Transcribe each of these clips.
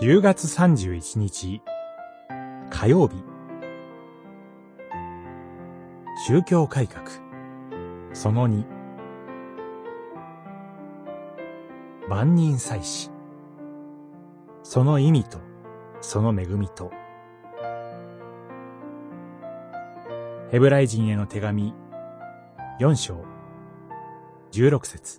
10月31日火曜日、宗教改革その2、万人祭司、その意味とその恵みと。ヘブライ人への手紙4章16節。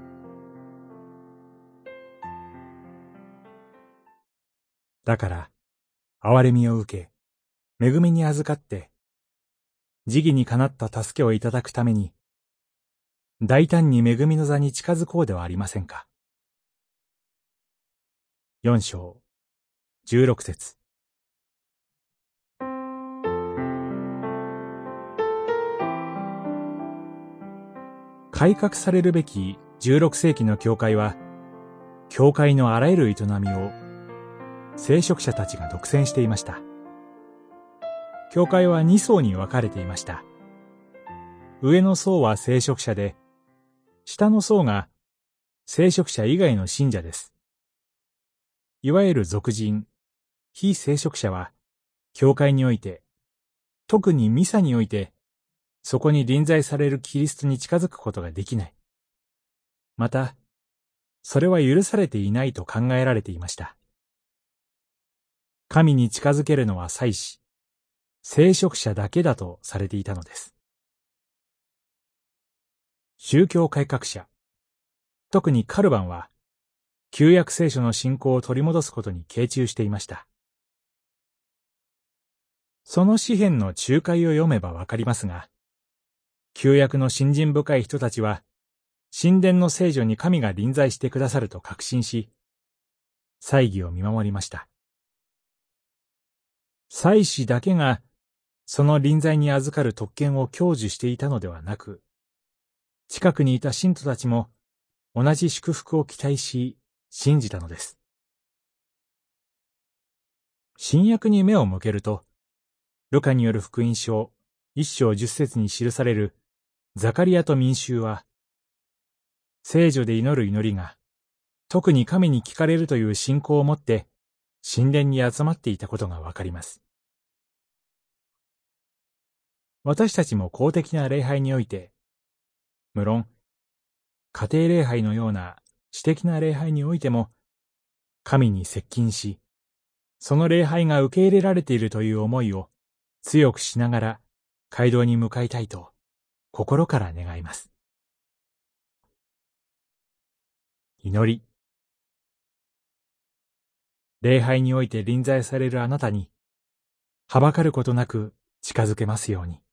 だから憐れみを受け、恵みに預かって、時義にかなった助けをいただくために、大胆に恵みの座に近づこうではありませんか。4章16節。改革されるべき16世紀の教会は、教会のあらゆる営みを聖職者たちが独占していました。教会は2層に分かれていました。上の層は聖職者で、下の層が聖職者以外の信者です。いわゆる俗人、非聖職者は、教会において、特にミサにおいて、そこに臨在されるキリストに近づくことができない。また、それは許されていないと考えられていました。神に近づけるのは祭司、聖職者だけだとされていたのです。宗教改革者、特にカルバンは、旧約聖書の信仰を取り戻すことに傾注していました。その詩篇の仲介を読めばわかりますが、旧約の信心深い人たちは、神殿の聖女に神が臨在してくださると確信し、祭儀を見守りました。祭司だけが、その臨在に預かる特権を享受していたのではなく、近くにいた信徒たちも同じ祝福を期待し、信じたのです。新約に目を向けると、ルカによる福音書1章10節に記されるザカリアと民衆は、聖女で祈る祈りが、特に神に聞かれるという信仰を持って、神殿に集まっていたことがわかります。私たちも公的な礼拝において、無論、家庭礼拝のような私的な礼拝においても、神に接近し、その礼拝が受け入れられているという思いを強くしながら街道に向かいたいと心から願います。祈り。礼拝において臨在されるあなたに、はばかることなく近づけますように。